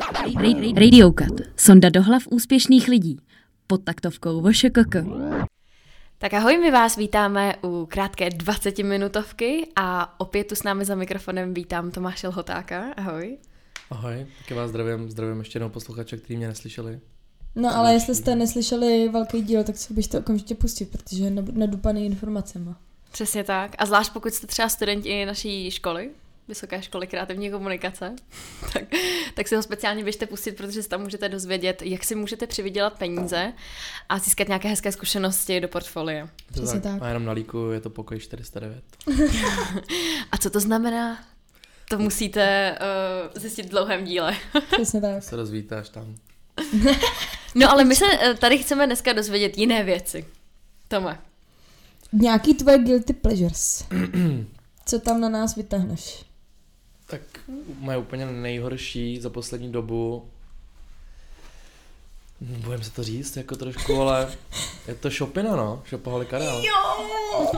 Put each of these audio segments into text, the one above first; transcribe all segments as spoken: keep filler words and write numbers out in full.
Radiokat. Sonda do hlav úspěšných lidí. Pod taktovkou V Š K K. Tak ahoj, my vás vítáme u krátké dvacetiminutovky a opět tu s námi za mikrofonem vítám Tomáše Lhotáka. Ahoj. Ahoj, taky vás zdravím, zdravím ještě jednou posluchače, kteří mě neslyšeli. No ale jestli jste neslyšeli velký díl, tak se běžte okamžitě pustit, protože je nadupaný informacema. Přesně tak. A zvlášť pokud jste třeba studenti naší školy, Vysoké školy kreativní komunikace, tak, tak si ho speciálně běžte pustit, protože se tam můžete dozvědět, jak si můžete přivydělat peníze a získat nějaké hezké zkušenosti do portfolia. Přesně tak. A jenom na líku je to pokoj čtyři sta devět. A co to znamená? To musíte uh, zjistit v dlouhém díle. Přesně tak. Se dozvíte až tam. No ale my se tady chceme dneska dozvědět jiné věci. Tome. Nějaký tvoje guilty pleasures. Co tam na nás vytáhneš? Tak moje úplně nejhorší za poslední dobu, budem se to říct jako trošku, ale je to Shopina, no. Shopaholic Karel. Jo!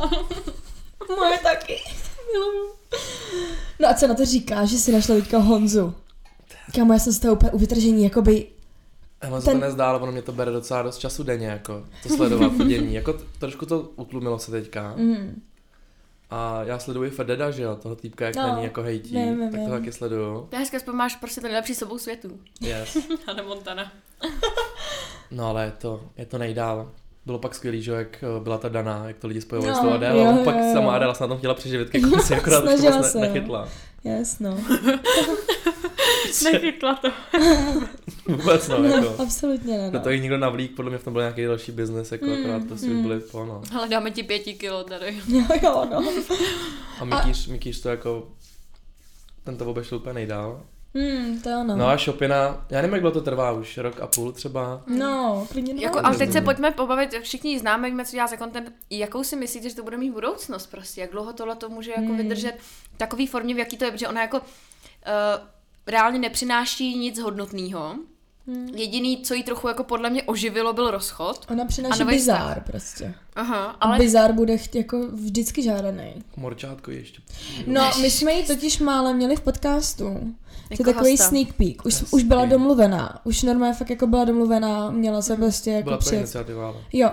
Moje taky. Miluju. No a co na to říkáš, že jsi našla teďka Honzu? Kámo, já jsem z toho úplně u vytržení, jakoby... Ono se ten... to nezdá, ale ono mě to bere docela dost času denně, jako to sledovat to dění. Jako t- trošku to utlumilo se teďka. Mm. A já sleduji Fededa, že jo, toho týpka, jak no, není jako hejtí, vím, tak to taky sleduju. To je hezké, máš prostě to nejlepší sobou světu. Yes. Hannah Montana. No ale je to, je to nejdál. Bylo pak skvělý, že jak byla ta Dana, jak to lidi spojovali no, s tou Adele, a pak jo. sama Adele se na tom chtěla přeživit ke konci, akorát už to vlastně ne, nechytla. Yes, no. Nechytla to. Vůbec no, jako. No, absolutně ne. No. To jich nikdo navlík, podle mě v tom byl nějaký další biznes, jako mm, akorát to si mm. byli po, no. Ale dáme ti pěti kilo tady. Jo, jo, no. A Mikýř, Mikýř to jako, ten to obešel úplně nejdál. Hmm, to ano. No a Shopina, já nevím, jak dlouho to trvá už, rok a půl třeba. No, klidně no. Jako, ale teď se pojďme pobavit, všichni známe, víme, co dělá za content, jakou si myslíte, že to bude mít budoucnost prostě, jak dlouho tohle to může jako hmm. vydržet v takový formě, v jaký to je, protože ona jako uh, reálně nepřináší nic hodnotného. Hmm. Jediný, co jí trochu jako podle mě oživilo, byl rozchod. Ona přináší bizár prostě. Aha, ale... Bizár bude chtít jako vždycky žádaný. Morčátko ještě. No, my jsme ji totiž málo měli v podcastu. Jako to je takový hosta. sneak peek. Už, yes, už byla okay. domluvená. Už normálně fakt jako byla domluvená. Měla se prostě jako byla před... Byla iniciativa. Jo.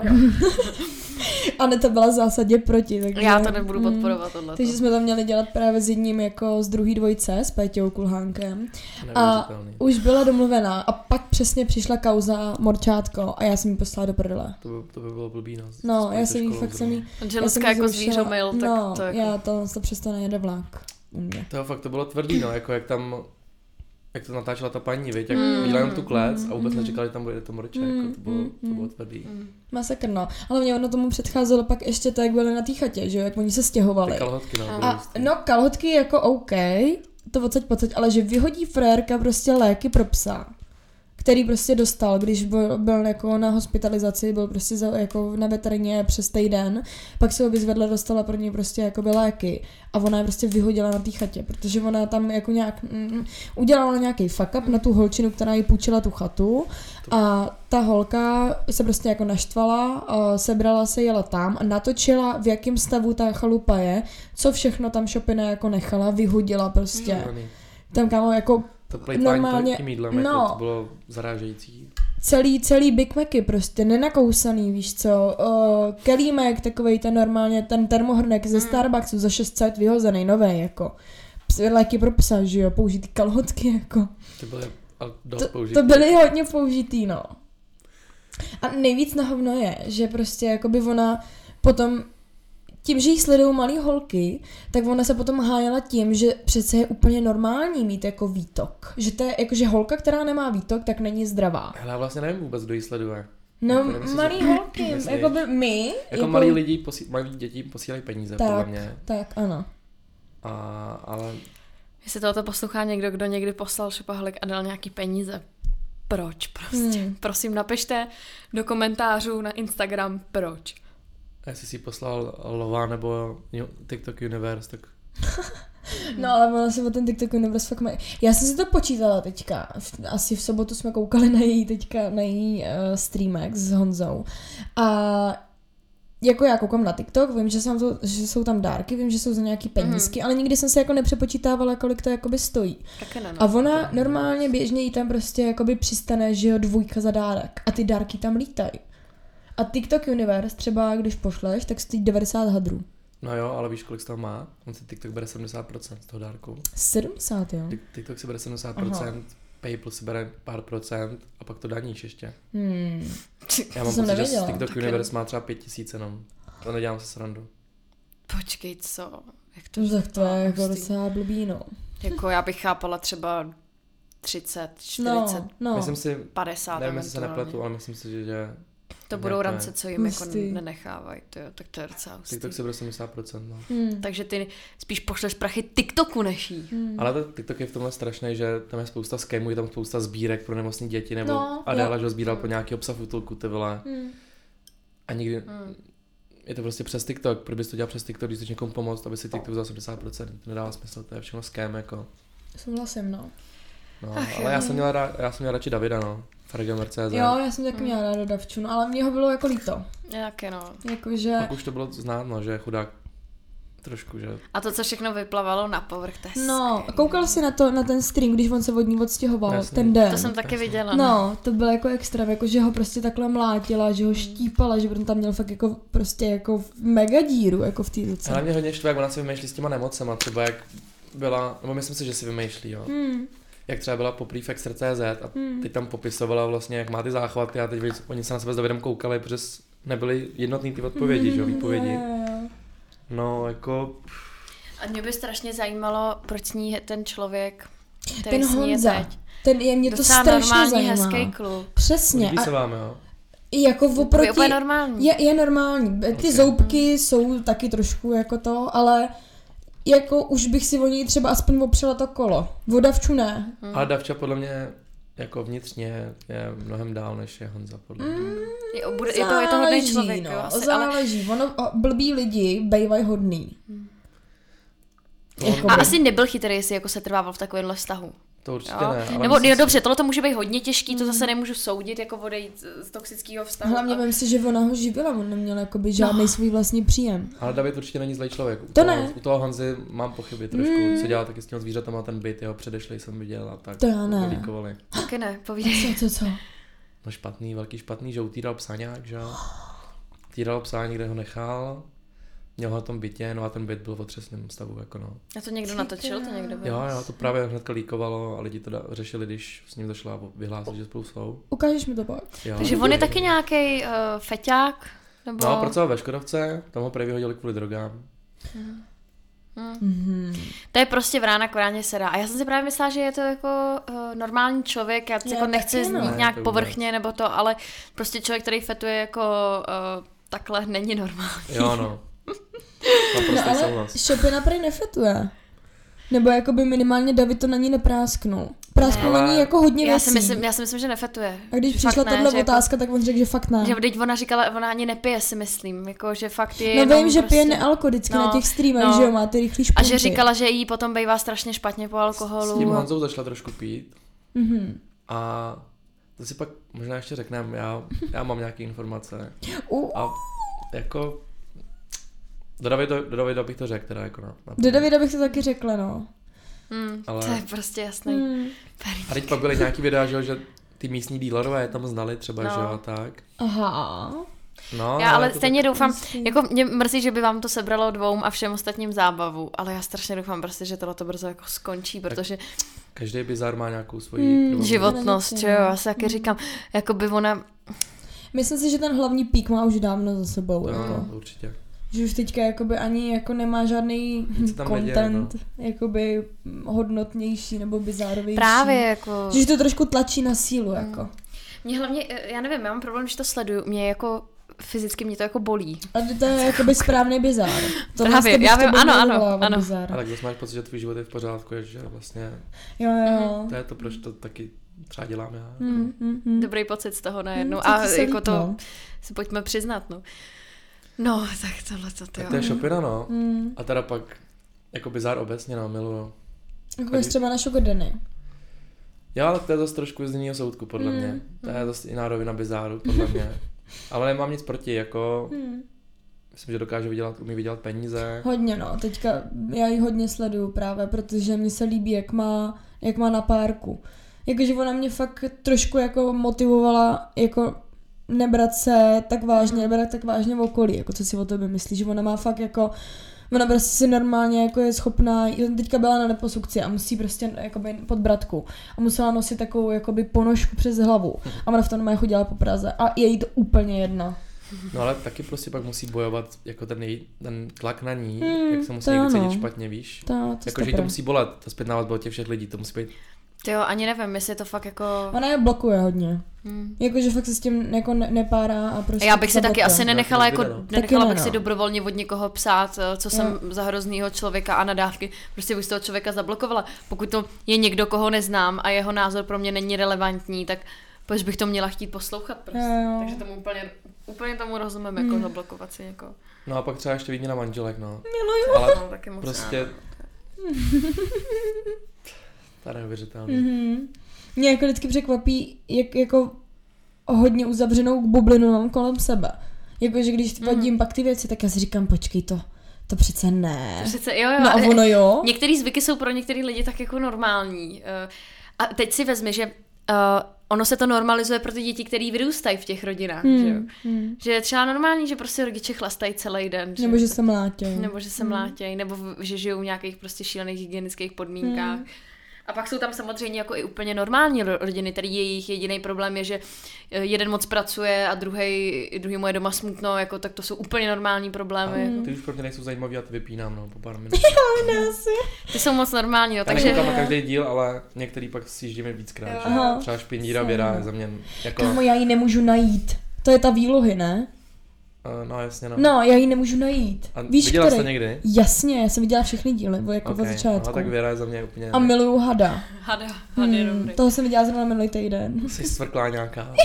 A ne, to byla v zásadě proti. Takže... Já to nebudu podporovat tohle. Takže jsme to měli dělat právě s jedním jako z druhý dvojce, s Péťou Kulhánkem. A už byla domluvená. A pak přesně přišla kauza Morčátko a já jsem ji poslala do prdele. To by, to by bylo blbý, no. No, já jsem jí fakt jsem jí... Ženská jako zvířomil, tak no, to jako... já to, to přesto nejede vlak u mě. To fakt to bylo tvrdý, no, jako jak tam... Jak to natáčela ta paní, viď? Jak mm, viděla jenom tu klec a vůbec mm, nečekala, že tam bude to morče, mm, jako to bylo, mm, to bylo tvrdý. Mm. Masakr, no. Ale mě ono tomu předcházelo pak ještě to, jak byli na té chatě, že jo, jak oni se stěhovali. Ty kalhotky, no. A, no, kalhotky jako OK, to odsaď pocať, ale že vyhodí frérka prostě léky pro psa, který prostě dostal, když byl, byl jako na hospitalizaci, byl prostě za, jako na veterině přes týden, pak se ho vyzvedla, dostala pro něj prostě jako by léky a ona je prostě vyhodila na té chatě, protože ona tam jako nějak mm, udělala nějaký fuck up na tu holčinu, která jí půjčila tu chatu a ta holka se prostě jako naštvala, a sebrala se, jela tam a natočila, v jakém stavu ta chalupa je, co všechno tam Shopina jako nechala, vyhodila prostě. Mm. Tam kámo jako to normálně, tím jídlem, no, jako to bylo zarážející. Celý, celý Big Macy prostě, nenakousaný, víš co, uh, kelímek, takovej ten normálně, ten termohrnek ze Starbucksu za šest set vyhozený, novej, jako. Léky pro psa, že jo, použitý kalhotky, jako. To byly dost to, použitý. To byly hodně použitý, no. A nejvíc na hovno je, že prostě, jakoby ona potom... Tím, že jí sledují malý holky, tak ona se potom hájela tím, že přece je úplně normální mít jako výtok. Že to je jako, že holka, která nemá výtok, tak není zdravá. Hele, já vlastně nevím vůbec, kdo jí sleduje. No, jako nemyslím, malý že... holky, jako by my. Jako, jako malí lidi, posí... malí děti posílají peníze, tak, podle mě. Tak, ano. A, ale... Jestli tohoto poslouchá někdo, kdo někdy poslal Shopaholic a dal nějaký peníze, proč prostě? Hmm. Prosím, napište do komentářů na Instagram, proč. A jestli jsi poslal Lova nebo TikTok Universe, tak... No ale ona se o ten TikTok Universe fakt mají. Já jsem si to počítala teďka. Asi v sobotu jsme koukali na její teďka, na její uh, streamek s Honzou. A jako já koukám na TikTok, vím, že, jsem to, že jsou tam dárky, vím, že jsou za nějaký penízky, mm. ale nikdy jsem se jako nepřepočítávala, kolik to jakoby stojí. Taky ne, no. A ona normálně běžně jí tam prostě jakoby přistane, že jo, dvojka za dárek. A ty dárky tam lítají. A TikTok Universe třeba, když pošleš, tak stojí devadesát hadrů. No jo, ale víš, kolik z toho má? On si TikTok bere sedmdesát procent z toho dárku. sedmdesát, jo? TikTok si bere sedmdesát procent, aha. PayPal si bere pár procent a pak to daníš ještě. Hmm. Já mám pocit, že TikTok Universe má třeba pět tisíc jenom. To nedělám se srandu. Počkej, co? Jak to, no, tak to je jako docela blbý, no. Jako já bych chápala třeba třicet, čtyřicet, no, no. Myslím si, padesát nevím, jestli se nepletu, ale myslím si, že to budou rance, co jim jako nenechávají, to jo, tak to je docela hustý. TikTok si bude sedmdesát procent, no. Hmm. Takže ty spíš pošleš prachy TikToku než jí. Hmm. Ale to, TikTok je v tomhle strašný, že tam je spousta skémů, je tam spousta sbírek pro nemocné děti, nebo no, Adela, že ho sbíral hmm. po nějaký obsah útulku, ty vole. Hmm. A nikdy, hmm. je to prostě přes TikTok, proč bys to dělal přes TikTok, když chceš někomu pomoct, aby si TikTok vzal sedmdesát procent, to nedává smysl, to je všechno ském, jako. Souhlasím, no. No, Ach, ale já jsem, měla, já jsem měla radši Davida, no. Fargamer tečka cé zet. Jo, já jsem taky měla ráda Davču, no, ale mě ho bylo jako líto. Jaké no. Jakože... Pak už to bylo znát, no, že chudák trošku, že... A to, co všechno vyplavalo na povrch, to je no, a koukal jsi na, to, na ten stream, když on se od ní odstěhoval, Jasný. ten den. To jsem taky Jasný. viděla. No, to bylo jako extra, jako že ho prostě takhle mlátila, že ho štípala, že on tam měl fakt jako prostě jako mega díru, jako v té ruce. Ale mě hodně štve, jak ona si vymýšlí s těma nemocema, třeba jak byla, nebo myslím si, že si vymýšlí, jo. Hmm. Jak třeba byla poprý v Extra tečka cé zet a hmm. teď tam popisovala vlastně, jak má ty záchvaty a teď oni se na sebe s Davidem koukali, protože nebyly jednotný ty odpovědi, že jo, výpovědi. Yeah. No, jako... A mě by strašně zajímalo, proč sní ten člověk, který ten sní je teď. Ten je mě to strašně normální, zajímá. hezký kluk. Přesně. Líbí se vám, jo? Jako oproti... Je úplně normální. Je, je normální. Ty okay. zoubky jsou taky trošku jako to, ale... Jako už bych si o ní třeba aspoň opřela to kolo. O Davču ne. Hmm. Ale Davča podle mě jako vnitřně je mnohem dál, než je Honza, podle mě. Mm, je, bude, je, to, je to hodný člověk, no, jo. Asi, záleží. Ale... Ono, blbý lidi bejvají hodný. Hmm. On... A asi nebyl chytrý, jestli jako se trvával v takovémhle vztahu. To určitě jo? ne. Ale Nebo jo, dobře, tohle to může být hodně těžký, to zase nemůžu soudit, jako odejít z toxického vztahu. Hlavně vím si, že ona ho živila, on neměl jakoby žádný no. svůj vlastní příjem. Ale David určitě není zlej člověk. U to toho, ne. U toho Honzy mám pochyby trošku, mm. co dělal taky s těmi zvířatama, ten byt, jeho předešlej jsem viděl a tak. To já ne. Kolíkovali. Taky ne, povídej. Co, co, co? No špatný, velký špatný, že utýral psa nějak, že jo. Týral psa, někde ho nechal. Měl ho na tom bytě, no a ten byt byl v otřesném stavu, jako no. A to někdo natočil, to někdo byl? Jo, jo, to právě hnedka líkovalo a lidi to da- řešili, když s ním došla vyhlásit, že spolu jsou. Ukážeš mi to pak? Jo, takže on je taky nějaký uh, feťák? Nebo... No, pracoval ve Škodovce, tam ho prý vyhodili kvůli drogám. Hmm. Hmm. Mm-hmm. To je prostě vrána k vráně sedá. A já jsem si právě myslela, že je to jako uh, normální člověk, já, já jako nechci znít ne, nějak povrchně nebo to, ale prostě člověk, který fetuje jako uh, takhle, není normální. Jo, no. No ale Šopina prý nefetuje. Nebo jakoby minimálně David to na ní neprásknul. Prásknul ne, na ní jako hodně já věcí. Si myslím, já si myslím, že nefetuje. A když přišla tahle otázka, jako, tak on řekl, že fakt ne. Že teď ona říkala, ona ani nepije, si myslím. Jako, že fakt je no jenom vím, že prostě... pije nealkoholicky no, na těch streamech, no. že jo, má ty rychlý špunty. A že říkala, že jí potom bývá strašně špatně po alkoholu. S tím Honzou zašla trošku pít. Mm-hmm. A to si pak možná ještě řekneme, já, já mám nějaké informace. Uh. A jako... Do Davida, do Davida bych to řekl teda jako na, na Do Davida bych to taky řekla, no. Mm, ale... To je prostě jasný. Mm. A teď pak byly nějaký videa, že, že ty místní dílerové tam znali třeba, no. že jo, tak. Aha. No, já ale stejně tak... doufám, jako mě mrzí, že by vám to sebralo dvou a všem ostatním zábavu, ale já strašně doufám prostě, že tohle to brzo jako skončí, protože... Každý bizar má nějakou svoji... Mm, životnost, že jo, já si taky říkám, jako by ona... Myslím si, že ten hlavní pík má už dávno za sebou. No, jako. určitě. Že už teďka jakoby ani jako nemá žádný content, neděje, no. jakoby hodnotnější nebo bizárovější. Právě jako... Že to trošku tlačí na sílu, mm. jako. Mě hlavně, já nevím, já mám problém, když to sleduju, mě jako fyzicky mě to jako bolí. A to je jakoby správný bizár. To Právě, já vím, ano, ano, ano. Bizár. Ale když máš pocit, že tvůj život je v pořádku, že vlastně... Jo, jo. To je to, proč to taky třeba dělám já. Mm, mm, mm. Dobrý pocit z toho najednou. Mm, a jako líp, to no. si pojďme přiznat, no. No, tak tohle to, tak to je Šopina, no. Mm. A teda pak, jako bizár obecně, no, miluju. Jako je třeba na Sugar Daddy. Jo, ale to je zase trošku z jiného soudku, podle mm. mě. To je zase jiná rovina bizáru, podle mě. Ale nemám nic proti, jako... Mm. myslím, že dokáže vydělat, umí vydělat peníze. Hodně, no. Teďka já ji hodně sleduju právě, protože mně se líbí, jak má, jak má na párku. Jakože ona mě fakt trošku jako motivovala, jako nebrat se tak vážně, nebrat tak vážně v okolí, jako co si o tobě myslí, že ona má fakt jako, ona prostě si normálně jako je schopná, teďka byla na liposukci a musí prostě jakoby pod bratku a musela nosit takovou jakoby ponožku přes hlavu a ona v tom normálně chodila po Praze a je jí to úplně jedno. No ale taky prostě pak musí bojovat jako ten, její, ten tlak na ní, Hmm, jak se musí to někdy ano. cítit špatně, víš? To, to Jakože jí to musí bolet, ta zpětná vazba od těch všech lidí, to musí být... Jo, ani nevím, jestli to fakt jako... Ona je blokuje hodně. Hmm. Jakože fakt se s tím jako ne- nepárá a prostě... Já bych si taky zablokuje. asi nenechala, jako, Taky nenechala ne, bych no. si dobrovolně od někoho psát, co jsem Jo. za hroznýho člověka a nadávky. Prostě bych z toho člověka zablokovala. Pokud to je někdo, koho neznám a jeho názor pro mě není relevantní, tak proč bych to měla chtít poslouchat prostě. Jo, jo. Takže tomu úplně, úplně tomu rozumím, jako Hmm. zablokovat si jako. No a pak třeba ještě výměna manželek, no. Miluju. Ale No, taky moc prostě... ráda. To je neuvěřitelný. Mhm. Mě jako vždycky překvapí, jak jako hodně uzavřenou bublinu mám kolem sebe. Jakože když Mhm. vadím pak ty věci, tak já si říkám, počkej to, to přece ne. To přece, jo, jo. No a ono jo. Některý zvyky jsou pro některý lidi tak jako normální. Eh, A teď si vezmi, že uh, ono se to normalizuje pro ty děti, které vyrůstají v těch rodinách, Hmm, že jo. hmm. Že je třeba normální, že prostě rodiče chlastají celý den. Že? Nebo že se mlátěj. nebo že se mlátějí, nebo v- že žijou v nějakých prostě šílených hygienických podmínkách. Hmm. A pak jsou tam samozřejmě jako i úplně normální ro- rodiny, tady jejich jediný problém je, že eh, jeden moc pracuje a druhý druhýmu je doma smutno, jako, tak to jsou úplně normální problémy. Hmm. Jako. Ty už pro mě nejsou zajímavý a ty vypínám, no, po pár minut. Ne, asi. Ty jsou moc normální, no, Já takže... nekoukám na každý díl, ale některý pak sjíždíme víckrát. že? Aha. Třeba Špindíra Věra je za mě jako... Kámo, já ji nemůžu najít. To je ta výlohy, ne? Uh, no jasně, no. No, já ji nemůžu najít. A Víš, viděla jsi to který? někdy? Jasně, já jsem viděla všechny díly, bo jako Okay. od začátku. No, tak Věra je za mě úplně... A miluju Hada. Hada, hada je Hmm, dobrý. toho jsem viděla zrovna minulý týden. Jsi svrklá nějaká.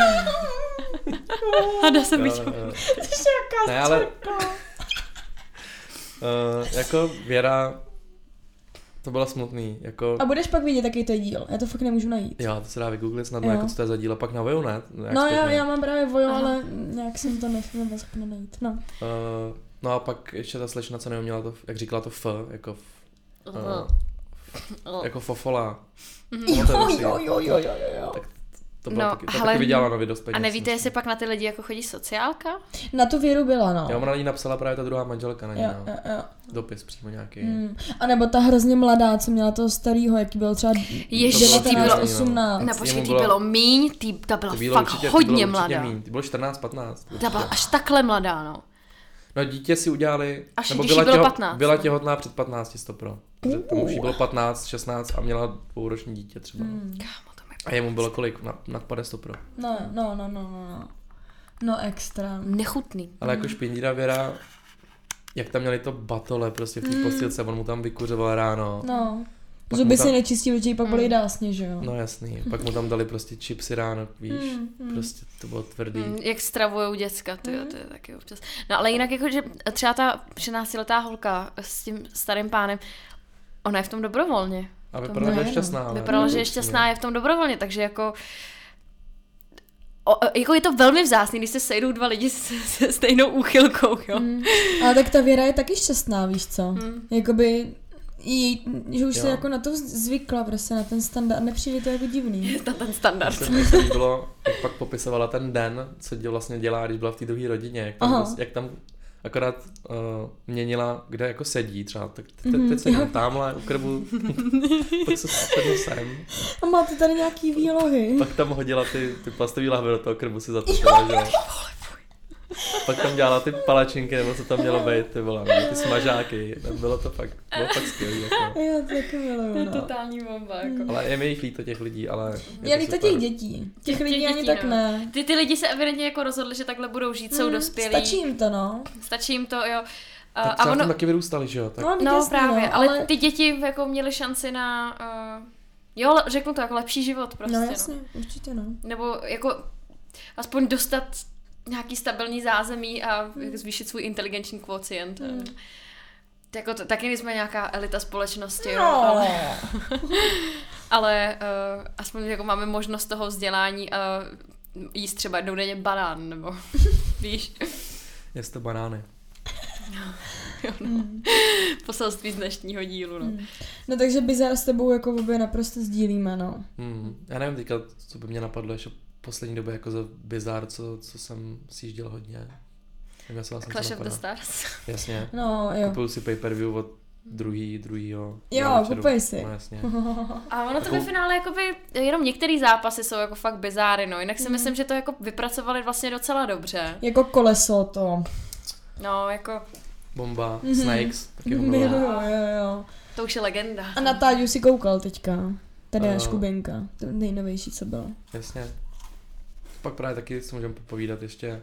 Hada jsem Jo, viděla. jo. Jaká Ne, ale- srka. Uh, jako Věra, to bylo smutný, jako... A budeš pak vidět, jaký to je díl. Já to fakt nemůžu najít. Jo, to se dá vygooglit snadno, Jo. jako co to je za díl, a pak na Voju, ne? Jak No já, zpětně. já mám právě vojo, Aha. ale nějak jsem to nebyla schopna najít. No. Uh, no a pak ještě ta slečna, co neuměla to, jak říkala to F, jako, f, uh, jako fofola. Jo, jo, jo, jo, jo, jo. Tak to bylo No, taky, to ale- taky vydělala nově dost peněz. A nevíte, myslím. jestli pak na ty lidi jako chodí sociálka? Na tu Věru byla, no. Jo, ona na ní napsala právě ta druhá manželka na ní, Jo, no. jo, jo. Dopis přímo nějaký. Hmm. A nebo ta hrozně mladá, co měla toho starýho, jaký byl třeba Ježiš, ty devatenáct, bylo- osmnáct. No počkej, jemu ty bylo- bylo míň, ty, ta byla Ty bylo fakt určitě, ty hodně bylo určitě mladá. míň, ty bylo čtrnáct patnáct. Ta byla až takhle mladá, no. No dítě si udělali, Až nebo když jí byla, bylo těho, patnáct, byla no. těhotná před patnácti stopro. Protože tomu už jí bylo patnáct, šestnáct a měla dvouroční dítě třeba. Hmm. Kámo, to mi... A jemu bylo kolik? Nad, nad padesát stopro. No, no, no, no, no, no. No extra. Nechutný. Ale jako Špindíra Věra, jak tam měli to batole prostě v té postilce, on mu tam vykuřoval ráno. No. Pak Zuby mu tam- si nečistí, protože jí pak byly Mm. dásně, že jo? No jasný, pak mu tam dali prostě chipsy ráno, víš, Mm, mm. prostě to bylo tvrdý. Mm, jak stravujou děcka, to, Mhm. to je taky občas. No ale jinak jako, že třeba ta třináctiletá holka s tím starým pánem, ona je v tom dobrovolně. A to vypadala, že je ne, šťastná. ale Vypadalo, že je upřímně. šťastná, je v tom dobrovolně, takže jako... O, jako je to velmi vzácný, když se sejdou dva lidi se, se stejnou úchylkou, jo. Mm. Ale tak ta Věra je taky šťastná, víš co? Mm. Jakoby, jí, že už Jo. se jako na to zvykla prostě, na ten standard, nepřijde to jako divný. Je to ten standard. Mně se líbilo, jak pak popisovala ten den, co dě vlastně dělá, když byla v té druhé rodině, jak tam, Aha. prostě- jak tam akorát uh, měnila, kde jako sedí třeba, tak te, Mhm, teď sedím jo. tamhle u krbu, pak se sednu sem, A máte tady nějaký výlohy. pak tam hodila ty, ty plastový lahve do toho krbu si zatopila, že jo. Pak tam dělala ty palačinky, nebo co tam mělo být, ty vole, nebo ty smažáky, bylo to fakt, bylo fakt skvělý, jako. Jo, to taky miluju, no. totální bomba, jako. Ale je mi jich líto těch lidí, ale... Je líto super. těch dětí. Těch Těch lidí ani dětí, tak no. ne. Ty, ty lidi se evidentně jako rozhodli, že takhle budou žít, jsou Hmm, dospělí. Stačí jim to, no. Stačí jim to, jo. A, Tak a třeba ono, tam taky vyrůstali, že jo? Tak... No, no jasný, právě, no, ale ty děti jako měly šanci na, uh, jo, le- řeknu to, jako lepší život prostě, No no. jasně, určitě no. Nebo jako aspoň dostat nějaký stabilní zázemí a hmm. zvýšit svůj inteligenční kvocient. Hmm. Jako to, taky nejsme nějaká elita společnosti, jo, No. ale, ale uh, aspoň jako máme možnost toho vzdělání a jíst třeba jednou denně banán, nebo víš. Jeste banány. Jo, no. Mm. Poselství z dnešního dílu, no. Mm. No takže bizar s tebou jako obě naprosto sdílíme, no. Mm. Já nevím teďka, co by mě napadlo ještě poslední době jako za bizar, co, co jsem sjížděl hodně. Clash of the Stars. Jasně. No, jo. Koupil si pay-per-view od druhý, druhýho. Jo, kupej si. No, jasně. A ono to ve finále, jakoby, jenom některý zápasy jsou jako fakt bizáry, no. Jinak si mm. myslím, že to jako vypracovali vlastně docela dobře. Jako koleso to. No, jako... Bomba, mm-hmm. Snakes, taky ho jo, jo, jo. To už je legenda. A na Táďu si koukal teďka. Tady je uh, Škubinka, to nejnovější, co bylo. Jasně. Pak právě taky si můžeme popovídat ještě.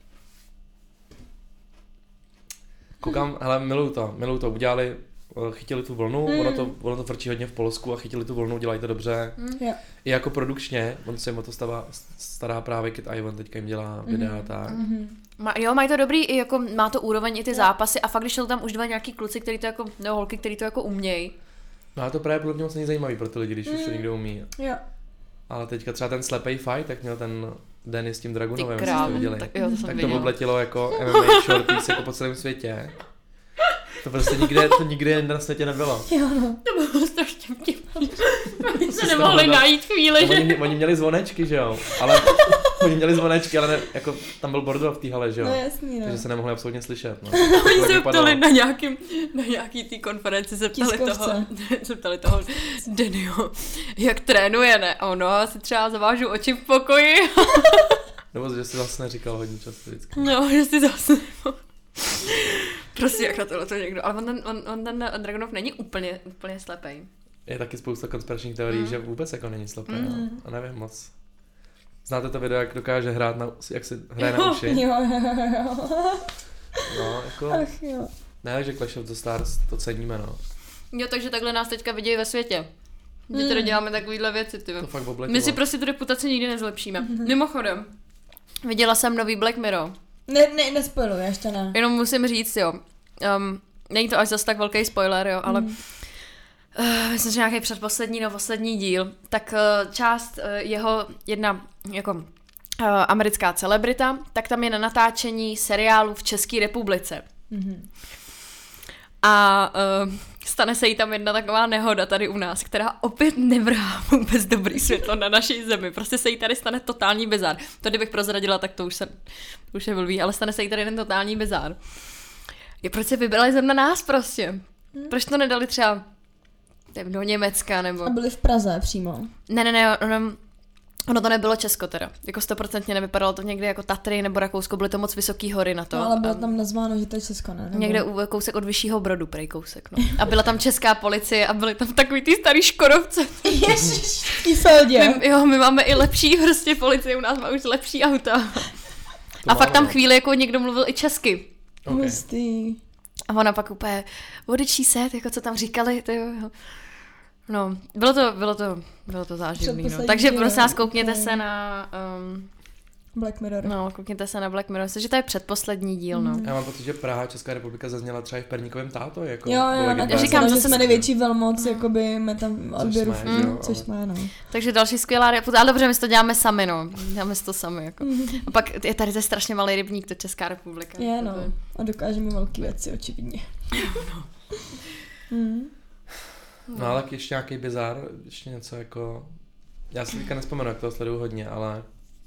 Koukám, hele, miluju to, miluju to, udělali, chytili tu vlnu, mm. ono, to, ono to frčí hodně v Polsku a chytili tu vlnu, dělají to dobře. Mm. Yeah. I jako produkčně, on se jim o to stává, stará právě Kid Ivan, teďka jim dělá videa mm. tak. Mm-hmm. Ma, jo, mají to dobrý, i jako má to úroveň i ty zápasy a fakt, když jsou tam už dva nějaký kluci, který to jako, no holky, který to jako umějí. No a to právě podle mě moc není zajímavý pro ty lidi, když mm. už to někdo umí. Yeah. Ale teďka třeba ten slepej fight, tak měl ten Dennis s tím Dragunovem, král, jste viděli. Tak, jo, to, tak to obletilo jako M M A shorties jako po celém světě. To prostě nikde, to nikdy jinde na světě nebylo. Jo, no. To bylo strašně vtipný. Oni se nemohli najít chvíli, že... Oni, oni měli zvonečky, že jo, ale oni měli zvonečky, ale ne, jako tam byl bordel v té hale, že jo. No jasný, no. Takže se nemohli absolutně slyšet, no. Oni se ptali na nějakým, na nějaký té konferenci, se ptali Tiskovce. toho, se ptali toho Dennyho, jak trénuje, ne? A ono, si třeba zavážu oči v pokoji. Nebo že si zase neříkal hodně často vždycky. No, že si zase prostě jak na tohle to někdo, ale on ten, on, on ten Dragunov není úplně, úplně slepej. Je taky spousta konspiračních teorií, mm. že vůbec jako není slepý, mm. no. A nevím moc. Znáte to video, jak dokáže hrát na, jak si hraje na uši? Jo, jo, jo. No, jako... Ach jo. Ne, že Clash of the Stars to ceníme, no. Jo, takže takhle nás teďka vidějí ve světě. Že mm. tady děláme takovýhle věci, ty. To fakt obletilo. My si prostě tu reputaci nikdy nezlepšíme. Mm-hmm. Mimochodem, viděla jsem nový Black Mirror. Ne, ne, nespoiluj, ještě ne. Jenom musím říct, jo. Um, není to až zase tak velký spoiler, jo, ale mm. uh, myslím, že nějaký předposlední nebo poslední díl, tak uh, část uh, jeho, jedna jako uh, americká celebrita, tak tam je na natáčení seriálu v České republice. Mm-hmm. A uh, stane se jí tam jedna taková nehoda tady u nás, která opět nevrhá vůbec dobrý světlo na naší zemi. Prostě se jí tady stane totální bizár. To kdybych prozradila, tak to už, se, to už je blbý, ale stane se jí tady jeden totální bizár. Je, proč se vybrali zrovna nás prostě? Hmm. Proč to nedali třeba do Německa nebo... A byli v Praze přímo. Ne, ne, ne, ono, ono to nebylo Česko teda. Jako stoprocentně nevypadalo to někdy jako Tatry nebo Rakousko, byly to moc vysoký hory na to. No, ale bylo tam nazváno, že to je Česko, ne? Nebo... Někde u, kousek od Vyššího Brodu, prej kousek, no. A byla tam česká policie a byly tam takový ty starý škodovce. Ježiš, v Feldě. My, jo, my máme i lepší prostě policie, u nás má už lepší auta. A fakt tam chvíli jako někdo mluvil i česky. Okay. A ona pak úplně, what did she said, jako co tam říkali, to jo. No, bylo to, bylo to, bylo to záživný, no. Takže prosím nás, koukněte okay. se na... Um, Black Mirror. No, koukněte se na Black Mirror, myslím, že to je předposlední díl, no. Já mám pocit, že Praha, Česká republika zazněla třeba i v Perníkovém táto, jako... Jo, jo, já říkám, že jsme největší velmoc, jakoby my tam odběru, což jsme, mm. což jsme, no. Takže další skvělá reputa, ale dobře, my si to děláme sami, no. Děláme si to sami, jako. A pak je tady to strašně malý rybník, to Česká republika. Je, no. A dokážeme velké věci, očividně. No. mm. No, ale ještě nějaký bizár, ještě něco jako... Já si teďka nespomenu, jak to sleduju hodně, ale...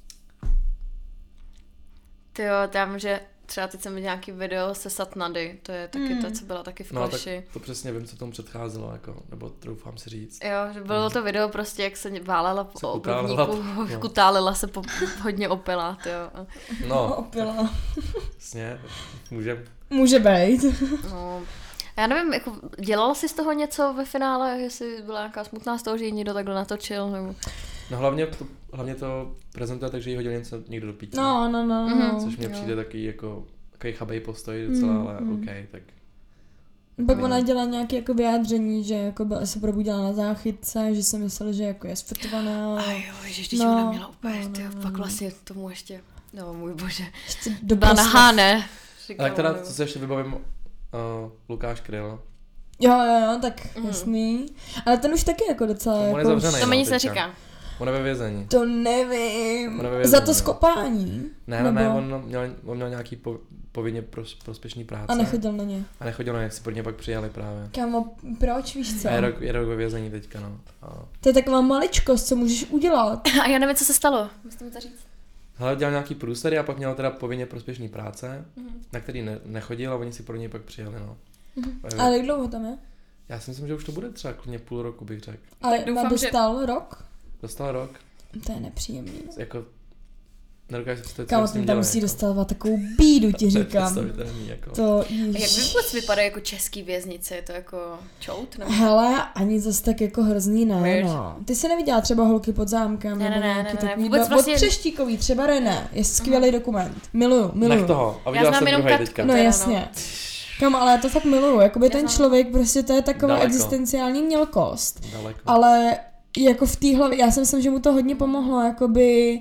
Ty jo, tam, že třeba teď jsem viděl nějaký video se Satnady, to je taky mm. to, co byla taky v Kleši. No, tak to přesně vím, co tomu předcházelo, jako, nebo troufám si říct. Jo, že bylo mm. to video prostě, jak se válela po obrubníku, kutálila se po, hodně opila, ty jo. No, opila. Jasně, můžem. Může být. No. Já nevím, jako dělala jsi z toho něco ve finále, jestli byla nějaká smutná z toho, že ji někdo takhle natočil, nebo... No hlavně to, hlavně to prezentuje tak, že jí hodil něco někdo do píce. No, no, no. Mm-hmm. Což mně jo. přijde taky jako, takový chabej postoj docela, mm-hmm. ale OK, tak... Pak ona dělala nějaké jako vyjádření, že jako byla, se probudila na záchytce, že si myslel, že jako je sfotovaná. A jo, ježiš, no, ona měla úplně, no, no, pak vlastně tomu ještě, no můj bože, ještě byla nahá, ne? Ale teda, co se ještě vybavím, uh, Lukáš Kryl. Jo, jo, jo, tak mm. jasný. Ale ten už taky jako docela... To jako je zavřený, to mi nic no, neříká. On je ve vězení. To nevím. On je ve vězení, Za to no. skopání? Ne, ne, ne, on měl, on měl nějaký po, povinně pros, prospěšný práce. A nechodil na ně. A nechodil na ně, jak si pro ně pak přijali právě. Kámo, proč, víš co? A je rok, je rok ve vězení teďka, no. A... To je taková maličkost, co můžeš udělat. A já nevím, co se stalo. Musím mi to říct. Hele, dělal nějaký průsery a pak měl teda povinně prospěšný práce, Mm-hmm. na který ne, nechodil a oni si pro něj pak přijali, no. Mm-hmm. Ale jak dlouho tam je? Já si myslím, že už to bude třeba klidně půl roku, bych řekl. Ale doufám, dostal že... rok? Dostal rok. To je nepříjemný. Jako, nedokážu si představit, Kámo, co s tím ten tam dělají, musí jako. dostávat takovou bídu, ti To je říkám. představitelný, jako. To, A jak ježiš. vůbec vypadá jako český věznice? Je to jako čout? Nebo... Hele, ani zase tak jako hrozný ne, Weird. no. Ty jsi neviděla třeba Holky pod zámkem? Ne, nebo ne, ne, nějaký ne, ne, takový- vůbec no, vlastně- Od Třeštíkový, třeba René, je skvělý dokument. Miluju, miluju. Nech toho. A Já viděla znám jsem jenom druhý Katku. teďka. No teda, jasně. Kam, ale já to fakt miluju. Jakoby Já ten znám. člověk, prostě to je taková Daleko. existenciální mělkost. Daleko. Ale jako v té hlavě, já si myslím, že mu to hodně pomohlo, jakoby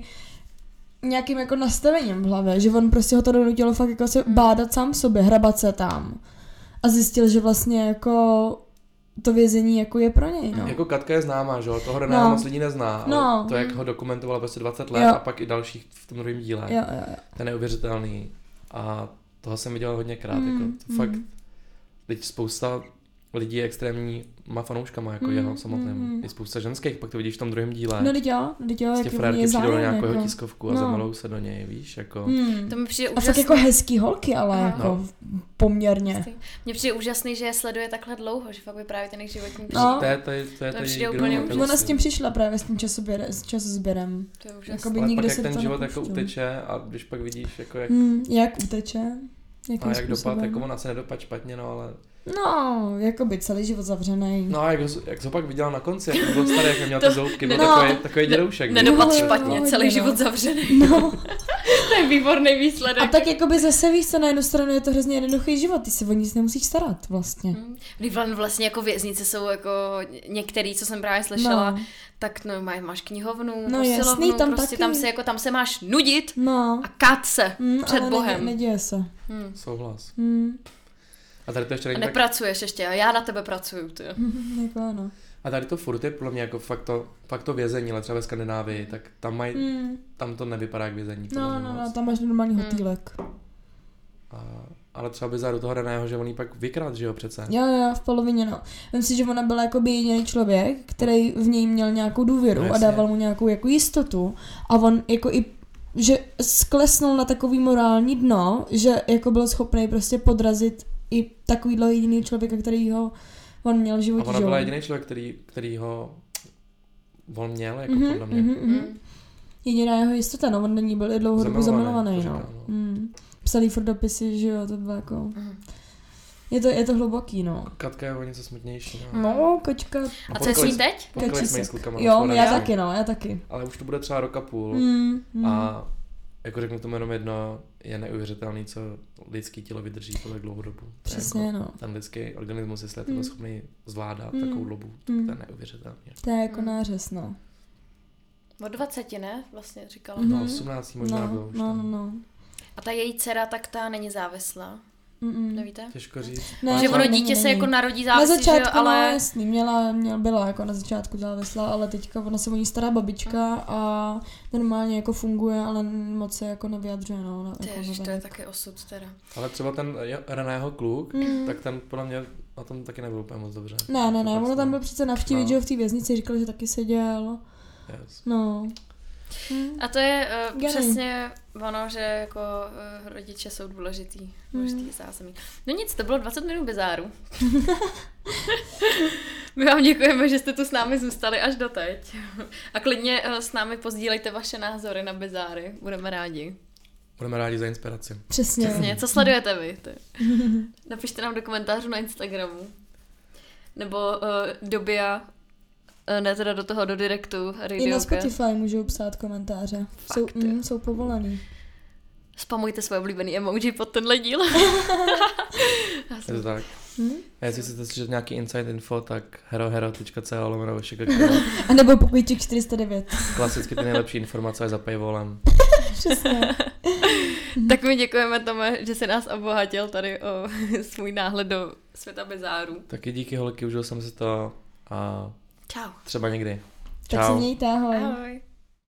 nějakým jako nastavením v hlavě, že on prostě ho to donutilo fakt jako se bádat sám sobě, hrabat se tam. A zjistil, že vlastně jako to vězení jako je pro něj, no. Jako Katka je známá, že jo, toho Reného No. moc lidí nezná, ale No. to, jak ho dokumentovala prostě dvacet let Jo. a pak i dalších v tom druhém díle, Jo, jo, jo. ten je neuvěřitelný a toho jsem viděl hodněkrát, Mm, jako to mm. fakt, teď spousta lidí je extrémníma fanouškama, jako Mm, jeho samotným, mm. i spousta ženských, pak to vidíš v tom druhém díle, No, teď jo, teď jo, z jak těch je v frérky něj přijdou na zájem, nějakou jeho jako. tiskovku a No. zamelou se do něj, víš, jako, Hmm. To mi přijde A úžasný. fakt jako hezký holky, ale Aha. jako No. poměrně. Mně přijde úžasný, že je sleduje takhle dlouho, že fakt vypráví ten jejich životní příběh. No. to je, to je, to je, To to je přijde její úplně gro, úžasný. Ona s tím přišla právě s tím časozběrem. S časozběrem. To je úžasný. Jakoby ale nikdo pak se jak do ten toho život jako nepouštěl. uteče a když pak vidíš, jako jak, Hmm, jak uteče? Jakým a jak dopad, způsobem? jako on asi nedopad špatně, no ale No, jakoby celý život zavřený. no a jak, ho- jak jsi ho pak viděl na konci, jak byl starý, jak neměl ty To- zoubky, byl no. takový, takový dědoušek. Nedopad No, špatně, no, celý no. život zavřený. No. To je výborný výsledek. A tak jakoby zase víš co, na jednu stranu je to hrozně jednoduchý život, ty se o nic nemusíš starat vlastně. Mm. Když vám vlastně jako věznice jsou jako některý, co jsem právě slyšela, No. tak no, máš, máš knihovnu, No posilovnu, jasný, tam prostě taky. tam se jako tam se máš nudit No. a kát se Hmm, před ale Bohem. Ne, neděje se. Hmm. Souhlas. Hmm. A tady to ještě A není tak, nepracuješ ještě, a já na tebe pracuju, ty. Jako ano. a tady to furt je podle mě jako fakt to, fakt to vězení, ale třeba ve Skandinávii, tak tam mají, Hmm. tam to nevypadá jak vězení. podle No, mě no, moc. no, tam máš normální Hmm. hotýlek. A, ale třeba Bizarru toho Reného, že on jí pak vykrát, že jo, přece. Jo, jo, v polovině, no. Myslím si, že ona byla jakoby jediný člověk, který v něj měl nějakou důvěru No, a jasně. dával mu nějakou jako jistotu. A on jako i, že sklesnul na takový morální dno, že jako byl schopný prostě podrazit i takovýhle jediný člověka, který ho on měl v A životě, ona že byla jo. jediný člověk, který, který ho on měl, jako Mhm, podle mě. mhm, mhm. Mm. Jediná jeho jistota, no, on na ní byl i dlouho dobu Zamilovaný, zamilovaný, to no. říká, no. Mm. Psal jí furt dopisy, že jo, to bylo jako... Mhm. Je to, je to hluboký, no. Katka je o něco smutnější. No. No, kočka. A co je s ním teď? Potkali Kačí jsme ji se. s klukama. na Jo, své já radnici. taky, no, já taky. Ale už to bude třeba rok a půl. Mm, mm. A jako řeknu tomu jenom jedno, je neuvěřitelný, co lidský tělo vydrží tolik dlouhou dobu. To je Přesně, jako, no. Ten lidský organismus, jestli je tohle Mm. schopný zvládat Mm. takovou dobu, tak Mm. to je neuvěřitelný. To je jako Mm. nářez, no. Od dvaceti, ne? Vlastně říkala. Mhm. No, osmnáct možná No, bylo už no, no, tam. no. A ta její dcera, tak ta není závislá. Mm-mm. Nevíte? Těžko říct. Ne, Že ne, ono není, dítě se není. jako narodí Na závislý, že jo, začátku, ale... no ale... jasný, měla, měla, byla jako na začátku závislá, ale teďka ona se o ní stará babička a normálně jako funguje, ale moc se jako nevyjadřuje, no. Na, Ty jako ježiš, to je navenek. taky osud teda. Ale třeba ten je- Reného kluk, Mm. tak ten podle mě na tom taky nebyl úplně moc dobře. Ne, ne, ne, Vůbec ono tam ne. byl přece navštívit, No. že jo, v té věznici, říkal, že taky seděl, Yes. no. Hm. A to je uh, Geny. přesně ono, že jako uh, rodiče jsou důležitý, důležitý Mm. zázemí. No nic, to bylo dvacet minut bizáru. My vám děkujeme, že jste tu s námi zůstali až doteď. A klidně uh, s námi pozdílejte vaše názory na bizáry, budeme rádi. Budeme rádi za inspiraci. Přesně. Přesně, co sledujete vy? Ty? Napište nám do komentářů na Instagramu. Nebo uh, Dobia, uh, ne teda do toho, do direktu I na Radioka. Spotify můžou psát komentáře. Jsou, Fakt, jo. mm, jsou povolaný. Spamujte svoje oblíbený emoji pod tenhle díl. Já Je jsem... to tak. Hm? A jestli chcete slyšet nějaký inside info, tak herohero tečka co lomeno vaše A nebo pokojček čtyři sta devět. Klasicky ty nejlepší informace je za paywallem. Přesně. Tak my děkujeme, Tome, že jsi nás obohatil tady o svůj náhled do světa bizáru. Taky díky holky, užil jsem si to a Čau. třeba někdy. Tak se mějte, ahoj. Ahoj.